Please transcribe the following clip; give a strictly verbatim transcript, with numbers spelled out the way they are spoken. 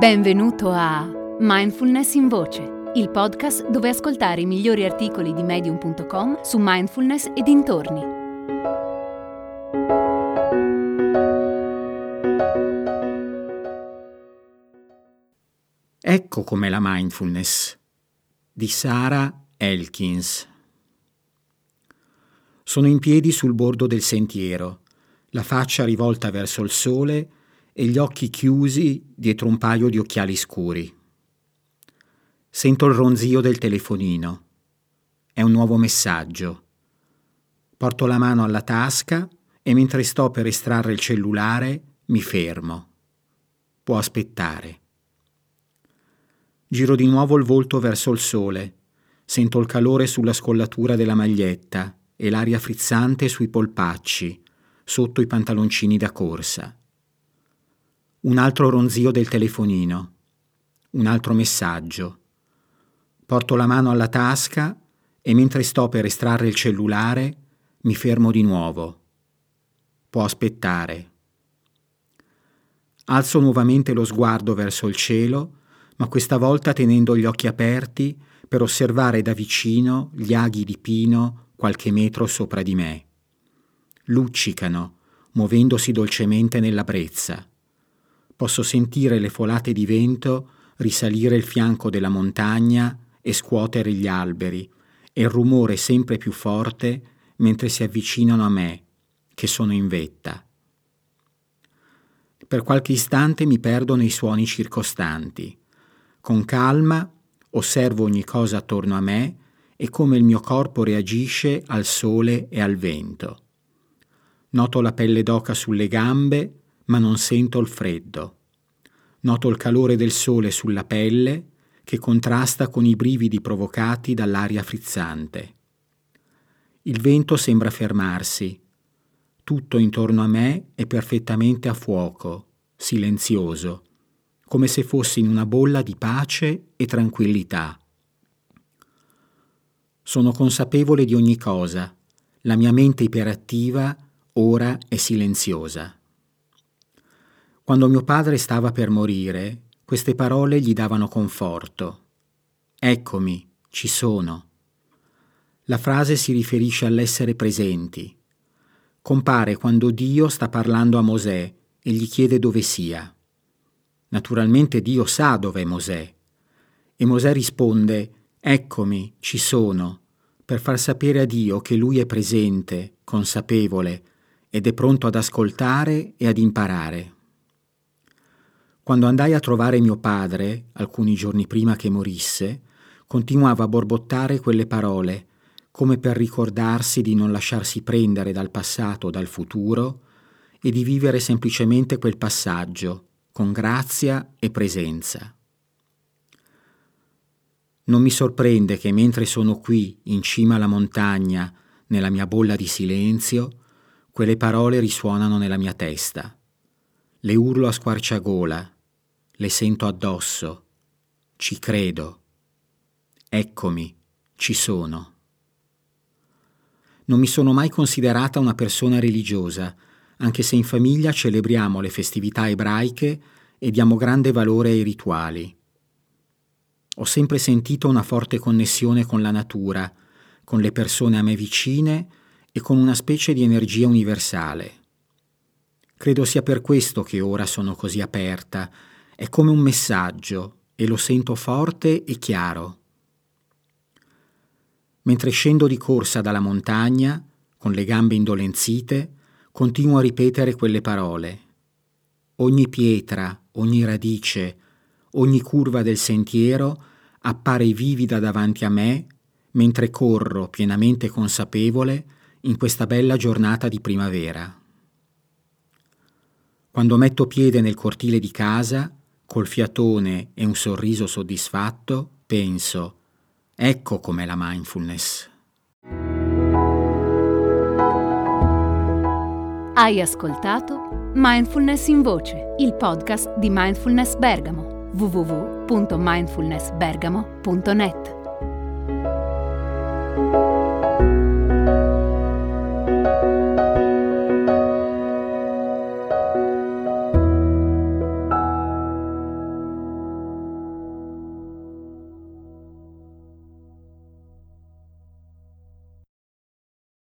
Benvenuto a Mindfulness in Voce, il podcast dove ascoltare i migliori articoli di medium punto com su mindfulness e dintorni. Ecco com'è la mindfulness, di Sarah Elkins. Sono in piedi sul bordo del sentiero, la faccia rivolta verso il sole e gli occhi chiusi dietro un paio di occhiali scuri. Sento il ronzio del telefonino. È un nuovo messaggio. Porto la mano alla tasca e mentre sto per estrarre il cellulare mi fermo. Può aspettare. Giro di nuovo il volto verso il sole. Sento il calore sulla scollatura della maglietta e l'aria frizzante sui polpacci, sotto i pantaloncini da corsa. Un altro ronzio del telefonino. Un altro messaggio. Porto la mano alla tasca e mentre sto per estrarre il cellulare mi fermo di nuovo. Può aspettare. Alzo nuovamente lo sguardo verso il cielo, ma questa volta tenendo gli occhi aperti per osservare da vicino gli aghi di pino qualche metro sopra di me. Luccicano, muovendosi dolcemente nella brezza. Posso sentire le folate di vento risalire il fianco della montagna e scuotere gli alberi, e il rumore sempre più forte mentre si avvicinano a me, che sono in vetta. Per qualche istante mi perdo nei suoni circostanti. Con calma osservo ogni cosa attorno a me e come il mio corpo reagisce al sole e al vento. Noto la pelle d'oca sulle gambe, ma non sento il freddo. Noto il calore del sole sulla pelle che contrasta con i brividi provocati dall'aria frizzante. Il vento sembra fermarsi. Tutto intorno a me è perfettamente a fuoco, silenzioso, come se fossi in una bolla di pace e tranquillità. Sono consapevole di ogni cosa. La mia mente iperattiva ora è silenziosa. Quando mio padre stava per morire, queste parole gli davano conforto. Eccomi, ci sono. La frase si riferisce all'essere presenti. Compare quando Dio sta parlando a Mosè e gli chiede dove sia. Naturalmente Dio sa dov'è Mosè. E Mosè risponde, eccomi, ci sono, per far sapere a Dio che lui è presente, consapevole, ed è pronto ad ascoltare e ad imparare. Quando andai a trovare mio padre, alcuni giorni prima che morisse, continuava a borbottare quelle parole, come per ricordarsi di non lasciarsi prendere dal passato o dal futuro e di vivere semplicemente quel passaggio, con grazia e presenza. Non mi sorprende che mentre sono qui, in cima alla montagna, nella mia bolla di silenzio, quelle parole risuonano nella mia testa. Le urlo a squarciagola, le sento addosso, ci credo. Eccomi, ci sono. Non mi sono mai considerata una persona religiosa, anche se in famiglia celebriamo le festività ebraiche e diamo grande valore ai rituali. Ho sempre sentito una forte connessione con la natura, con le persone a me vicine e con una specie di energia universale. Credo sia per questo che ora sono così aperta. È come un messaggio e lo sento forte e chiaro. Mentre scendo di corsa dalla montagna, con le gambe indolenzite, continuo a ripetere quelle parole. Ogni pietra, ogni radice, ogni curva del sentiero appare vivida davanti a me mentre corro pienamente consapevole in questa bella giornata di primavera. Quando metto piede nel cortile di casa, col fiatone e un sorriso soddisfatto, penso, ecco com'è la mindfulness. Hai ascoltato Mindfulness in Voce, il podcast di Mindfulness Bergamo, w w w punto mindfulness bergamo punto net.